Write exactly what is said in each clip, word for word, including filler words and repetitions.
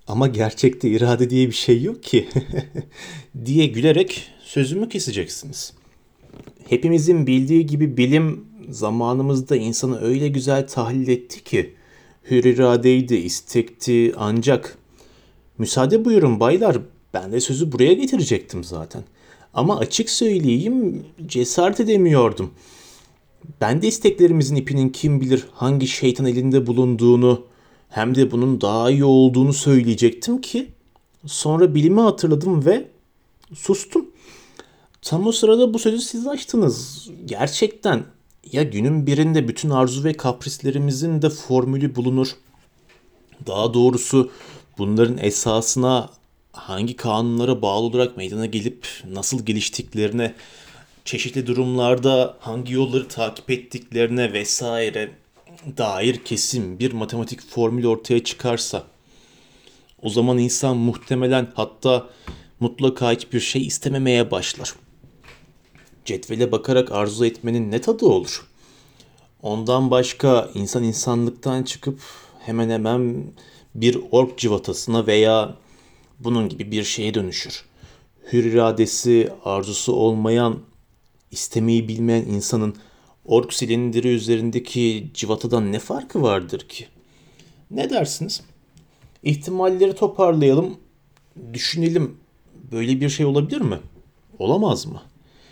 Ama gerçekte irade diye bir şey yok ki diye gülerek sözümü keseceksiniz. Hepimizin bildiği gibi bilim zamanımızda insanı öyle güzel tahlil etti ki hür iradeydi, istekti ancak müsaade buyurun baylar, ben de sözü buraya getirecektim zaten. Ama açık söyleyeyim cesaret edemiyordum. Ben de isteklerimizin ipinin kim bilir hangi şeytan elinde bulunduğunu hem de bunun daha iyi olduğunu söyleyecektim ki sonra bilimi hatırladım ve sustum. Tam o sırada bu sözü siz açtınız. Gerçekten ya günün birinde bütün arzu ve kaprislerimizin de formülü bulunur. Daha doğrusu bunların esasına hangi kanunlara bağlı olarak meydana gelip nasıl geliştiklerine, çeşitli durumlarda hangi yolları takip ettiklerine vesaire dair kesin bir matematik formülü ortaya çıkarsa, o zaman insan muhtemelen hatta mutlaka hiçbir şey istememeye başlar. Cetvele bakarak arzu etmenin ne tadı olur? Ondan başka insan insanlıktan çıkıp hemen hemen bir ork civatasına veya bunun gibi bir şeye dönüşür. Hür iradesi, arzusu olmayan, istemeyi bilmeyen insanın ork silindiri üzerindeki civatadan ne farkı vardır ki? Ne dersiniz? İhtimalleri toparlayalım, düşünelim. Böyle bir şey olabilir mi? Olamaz mı?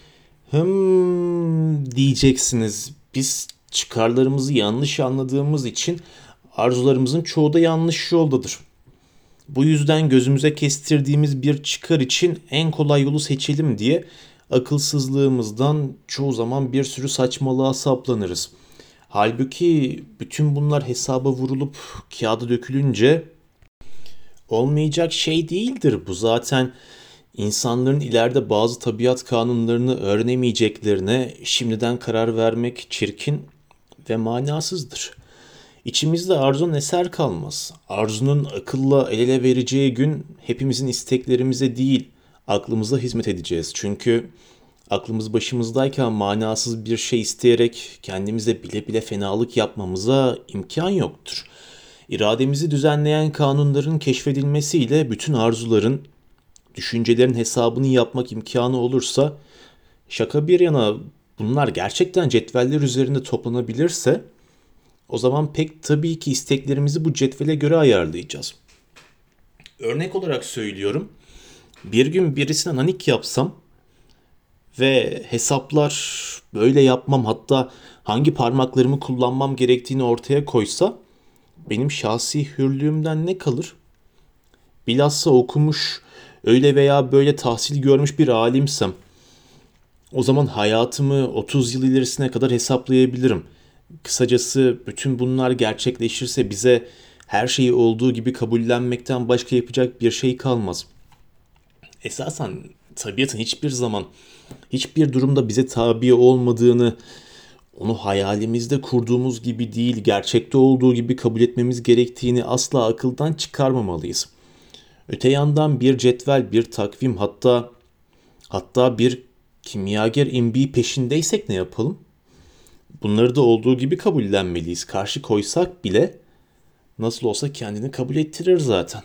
Hım diyeceksiniz. Biz çıkarlarımızı yanlış anladığımız için arzularımızın çoğu da yanlış yoldadır. Bu yüzden gözümüze kestirdiğimiz bir çıkar için en kolay yolu seçelim diye akılsızlığımızdan çoğu zaman bir sürü saçmalığa saplanırız. Halbuki bütün bunlar hesaba vurulup kağıda dökülünce olmayacak şey değildir. Bu zaten insanların ileride bazı tabiat kanunlarını öğrenemeyeceklerine şimdiden karar vermek çirkin ve manasızdır. İçimizde arzunun eser kalmaz. Arzunun akılla el ele vereceği gün hepimizin isteklerimize değil, aklımıza hizmet edeceğiz. Çünkü aklımız başımızdayken manasız bir şey isteyerek kendimize bile bile fenalık yapmamıza imkan yoktur. İrademizi düzenleyen kanunların keşfedilmesiyle bütün arzuların, düşüncelerin hesabını yapmak imkanı olursa, şaka bir yana bunlar gerçekten cetveller üzerinde toplanabilirse, o zaman pek tabii ki isteklerimizi bu cetvele göre ayarlayacağız. Örnek olarak söylüyorum, bir gün birisine nanik yapsam ve hesaplar böyle yapmam, hatta hangi parmaklarımı kullanmam gerektiğini ortaya koysa, benim şahsi hürlüğümden ne kalır? Bilhassa okumuş, öyle veya böyle tahsil görmüş bir alimsem, o zaman hayatımı otuz yıl ilerisine kadar hesaplayabilirim. Kısacası bütün bunlar gerçekleşirse bize her şeyi olduğu gibi kabullenmekten başka yapacak bir şey kalmaz. Esasen tabiatın hiçbir zaman, hiçbir durumda bize tabi olmadığını, onu hayalimizde kurduğumuz gibi değil, gerçekte olduğu gibi kabul etmemiz gerektiğini asla akıldan çıkarmamalıyız. Öte yandan bir cetvel, bir takvim, hatta hatta bir kimyager imbiği peşindeysek ne yapalım? Bunları da olduğu gibi kabullenmeliyiz. Karşı koysak bile nasıl olsa kendini kabul ettirir zaten.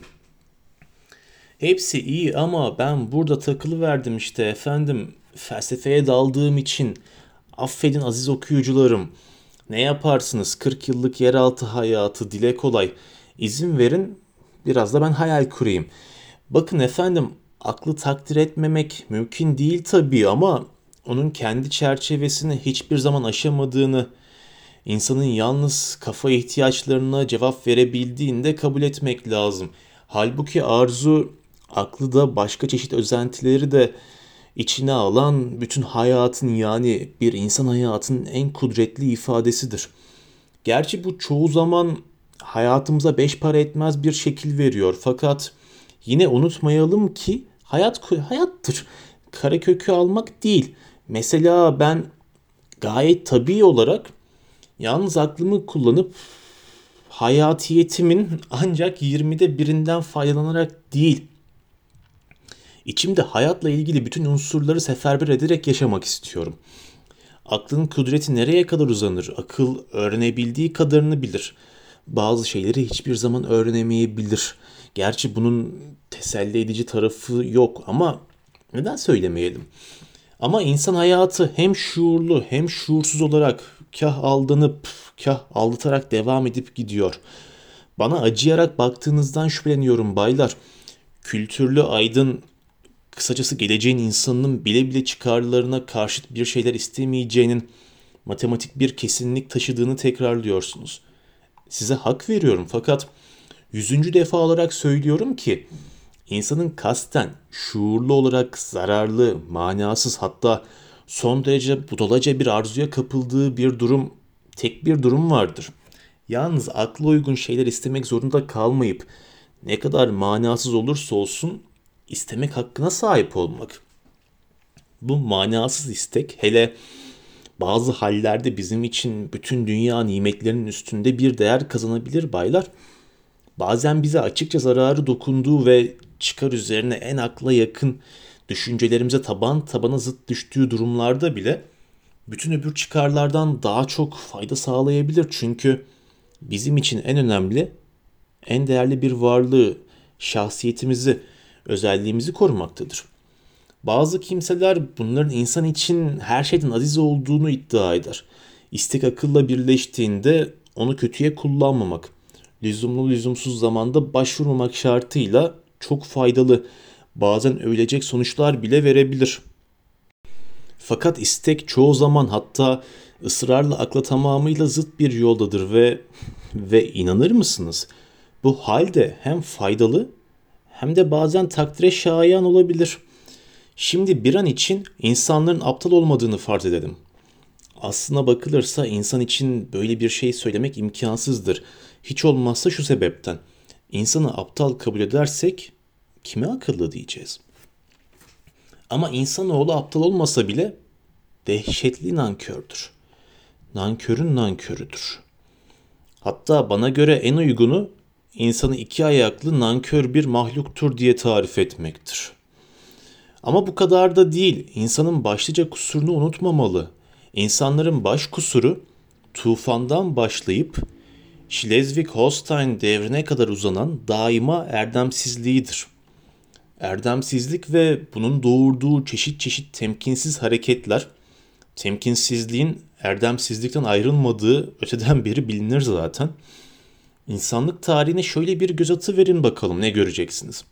Hepsi iyi ama ben burada takılıverdim işte efendim. Felsefeye daldığım için affedin aziz okuyucularım. Ne yaparsınız kırk yıllık yeraltı hayatı dile kolay. İzin verin biraz da ben hayal kurayım. Bakın efendim, aklı takdir etmemek mümkün değil tabii ama onun kendi çerçevesini hiçbir zaman aşamadığını, insanın yalnız kafa ihtiyaçlarına cevap verebildiğinde kabul etmek lazım. Halbuki arzu, aklı da başka çeşit özentileri de içine alan bütün hayatın, yani bir insan hayatının en kudretli ifadesidir. Gerçi bu çoğu zaman hayatımıza beş para etmez bir şekil veriyor. Fakat yine unutmayalım ki hayat hayattır. Karekökü almak değil. Mesela ben gayet tabii olarak yalnız aklımı kullanıp hayatiyetimin ancak yirmide birinden faydalanarak değil, içimde hayatla ilgili bütün unsurları seferber ederek yaşamak istiyorum. Aklın kudreti nereye kadar uzanır? Akıl öğrenebildiği kadarını bilir. bazı şeyleri hiçbir zaman öğrenemeyebilir. Gerçi bunun teselli edici tarafı yok ama neden söylemeyelim? Ama insan hayatı hem şuurlu hem şuursuz olarak kah aldanıp kah aldatarak devam edip gidiyor. Bana acıyarak baktığınızdan şüpheleniyorum baylar. Kültürlü, aydın, kısacası geleceğin insanının bile bile çıkarlarına karşıt bir şeyler istemeyeceğinin matematik bir kesinlik taşıdığını tekrarlıyorsunuz. Size hak veriyorum fakat yüzüncü defa olarak söylüyorum ki insanın kasten, şuurlu olarak zararlı, manasız hatta son derece budalaca bir arzuya kapıldığı bir durum, tek bir durum vardır. Yalnız akla uygun şeyler istemek zorunda kalmayıp ne kadar manasız olursa olsun istemek hakkına sahip olmak. Bu manasız istek hele bazı hallerde bizim için bütün dünya nimetlerinin üstünde bir değer kazanabilir baylar. Bazen bize açıkça zararı dokunduğu ve çıkar üzerine en akla yakın düşüncelerimize taban tabana zıt düştüğü durumlarda bile bütün öbür çıkarlardan daha çok fayda sağlayabilir. Çünkü bizim için en önemli, en değerli bir varlığı, şahsiyetimizi, özelliğimizi korumaktadır. Bazı kimseler bunların insan için her şeyden aziz olduğunu iddia eder. İstek akılla birleştiğinde onu kötüye kullanmamak, lüzumlu lüzumsuz zamanda başvurmamak şartıyla çok faydalı, bazen övülecek sonuçlar bile verebilir. Fakat istek çoğu zaman hatta ısrarla akla tamamıyla zıt bir yoldadır ve ve inanır mısınız? Bu halde hem faydalı hem de bazen takdire şayan olabilir. Şimdi bir an için insanların aptal olmadığını farz edelim. Aslına bakılırsa insan için böyle bir şey söylemek imkansızdır. Hiç olmazsa şu sebepten. İnsanı aptal kabul edersek kime akıllı diyeceğiz? Ama insanoğlu aptal olmasa bile dehşetli nankördür. Nankörün nankörüdür. Hatta bana göre en uygunu insanı iki ayaklı nankör bir mahluktur diye tarif etmektir. Ama bu kadar da değil. İnsanın başlıca kusurunu unutmamalı. İnsanların baş kusuru tufandan başlayıp Schleswig-Holstein devrine kadar uzanan daima erdemsizliğidir. Erdemsizlik ve bunun doğurduğu çeşit çeşit temkinsiz hareketler, temkinsizliğin erdemsizlikten ayrılmadığı öteden beri bilinir zaten. İnsanlık tarihine şöyle bir göz atıverin bakalım ne göreceksiniz.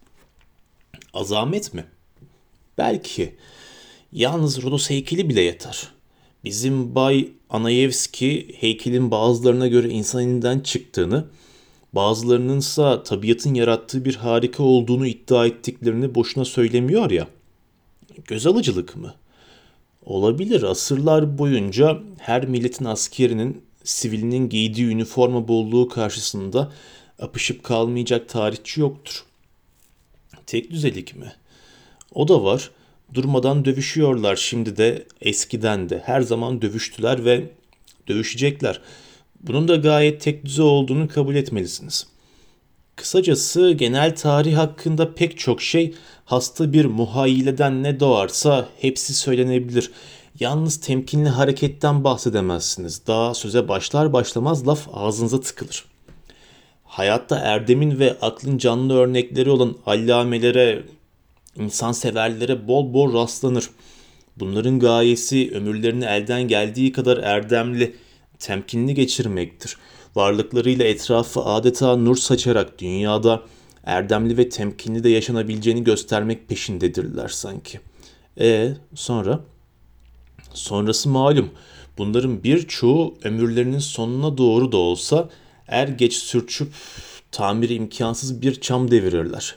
Azamet mi? Belki. Yalnız Rodos heykeli bile yeter. Bizim Bay Anayevski heykelin bazılarına göre insan elinden çıktığını, bazılarınınsa tabiatın yarattığı bir harika olduğunu iddia ettiklerini boşuna söylemiyor ya. Göz alıcılık mı? Olabilir. Asırlar boyunca her milletin askerinin, sivilinin giydiği üniforma bolluğu karşısında apışıp kalmayacak tarihçi yoktur. Tek düzelik mi? O da var. Durmadan dövüşüyorlar şimdi de eskiden de. Her zaman dövüştüler ve dövüşecekler. Bunun da gayet tek düze olduğunu kabul etmelisiniz. Kısacası genel tarih hakkında pek çok şey hasta bir muhayyileden ne doğarsa hepsi söylenebilir. Yalnız temkinli hareketten bahsedemezsiniz. Daha söze başlar başlamaz laf ağzınıza tıkılır. Hayatta erdemin ve aklın canlı örnekleri olan allamelere, insanseverlere bol bol rastlanır. Bunların gayesi ömürlerini elden geldiği kadar erdemli, temkinli geçirmektir. Varlıklarıyla etrafı adeta nur saçarak dünyada erdemli ve temkinli de yaşanabileceğini göstermek peşindedirler sanki. E sonra? Sonrası malum. Bunların birçoğu ömürlerinin sonuna doğru da olsa er geç sürçüp tamiri imkansız bir çam devirirler.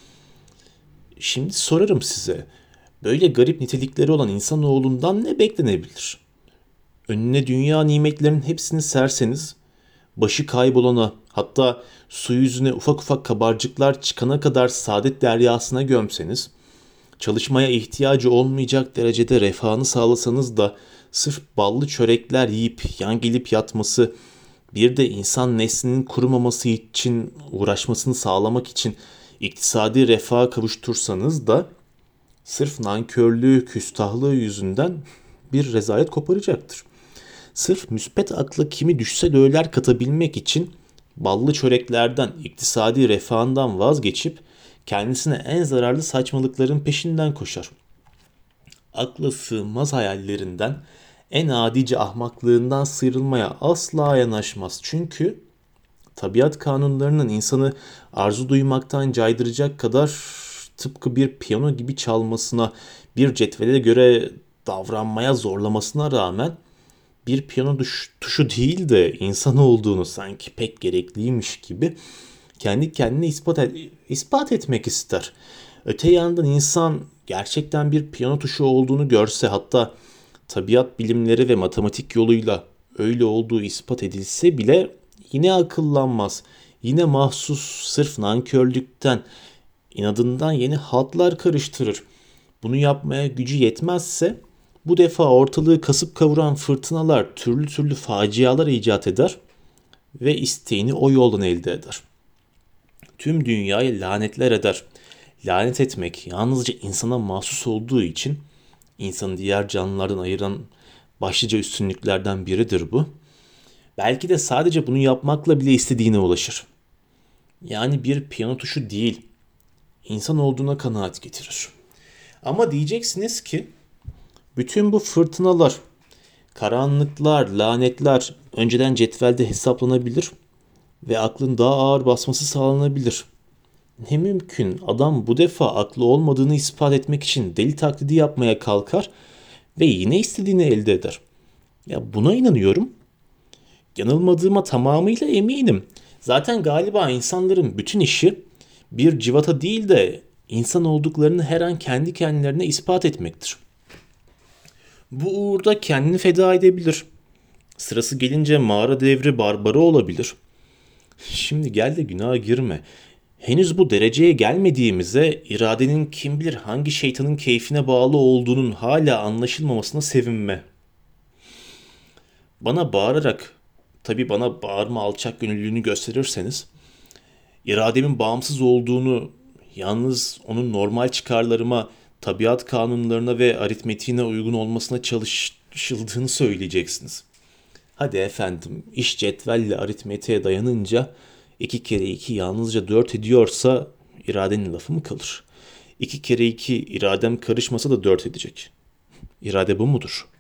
Şimdi sorarım size, böyle garip nitelikleri olan insanoğlundan ne beklenebilir? Önüne dünya nimetlerinin hepsini serseniz, başı kaybolana, hatta su yüzüne ufak ufak kabarcıklar çıkana kadar saadet deryasına gömseniz, çalışmaya ihtiyacı olmayacak derecede refahını sağlasanız da sırf ballı çörekler yiyip yan gelip yatması, bir de insan neslinin kurumaması için uğraşmasını sağlamak için iktisadi refaha kavuştursanız da sırf nankörlüğü, küstahlığı yüzünden bir rezalet koparacaktır. Sırf müspet akla kimi düşse de öğeler katabilmek için ballı çöreklerden, iktisadi refahından vazgeçip kendisine en zararlı saçmalıkların peşinden koşar. Akla sığmaz hayallerinden, en adice ahmaklığından sıyrılmaya asla yanaşmaz. Çünkü tabiat kanunlarının insanı arzu duymaktan caydıracak kadar tıpkı bir piyano gibi çalmasına, bir cetvele göre davranmaya zorlamasına rağmen bir piyano tuşu değil de insan olduğunu sanki pek gerekliymiş gibi kendi kendine ispat, et, ispat etmek ister. Öte yandan insan gerçekten bir piyano tuşu olduğunu görse, hatta tabiat bilimleri ve matematik yoluyla öyle olduğu ispat edilse bile yine akıllanmaz. Yine mahsus sırf nankörlükten, inadından yeni hatlar karıştırır. Bunu yapmaya gücü yetmezse bu defa ortalığı kasıp kavuran fırtınalar türlü türlü facialar icat eder ve isteğini o yoldan elde eder. Tüm dünyayı lanetler eder. Lanet etmek yalnızca insana mahsus olduğu için insanı diğer canlılardan ayıran başlıca üstünlüklerden biridir bu. Belki de sadece bunu yapmakla bile istediğine ulaşır. Yani bir piyano tuşu değil, insan olduğuna kanaat getirir. Ama diyeceksiniz ki bütün bu fırtınalar, karanlıklar, lanetler önceden cetvelde hesaplanabilir ve aklın daha ağır basması sağlanabilir. Ne mümkün adam bu defa aklı olmadığını ispat etmek için deli taklidi yapmaya kalkar ve yine istediğini elde eder. Ya buna inanıyorum. Yanılmadığıma tamamıyla eminim. Zaten galiba insanların bütün işi bir civata değil de insan olduklarını her an kendi kendilerine ispat etmektir. Bu uğurda kendini feda edebilir. Sırası gelince mağara devri barbarı olabilir. Şimdi gel de günaha girme. Henüz bu dereceye gelmediğimize iradenin kim bilir hangi şeytanın keyfine bağlı olduğunun hala anlaşılmamasına sevinme. Bana bağırarak, tabii bana bağırma alçak gönüllülüğünü gösterirseniz, irademin bağımsız olduğunu, yalnız onun normal çıkarlarıma, tabiat kanunlarına ve aritmetiğine uygun olmasına çalışıldığını söyleyeceksiniz. Hadi efendim, iş cetvelle aritmetiğe dayanınca iki kere iki yalnızca dört ediyorsa iradenin lafı mı kalır? İki kere iki iradem karışmasa da dört edecek. İrade bu mudur?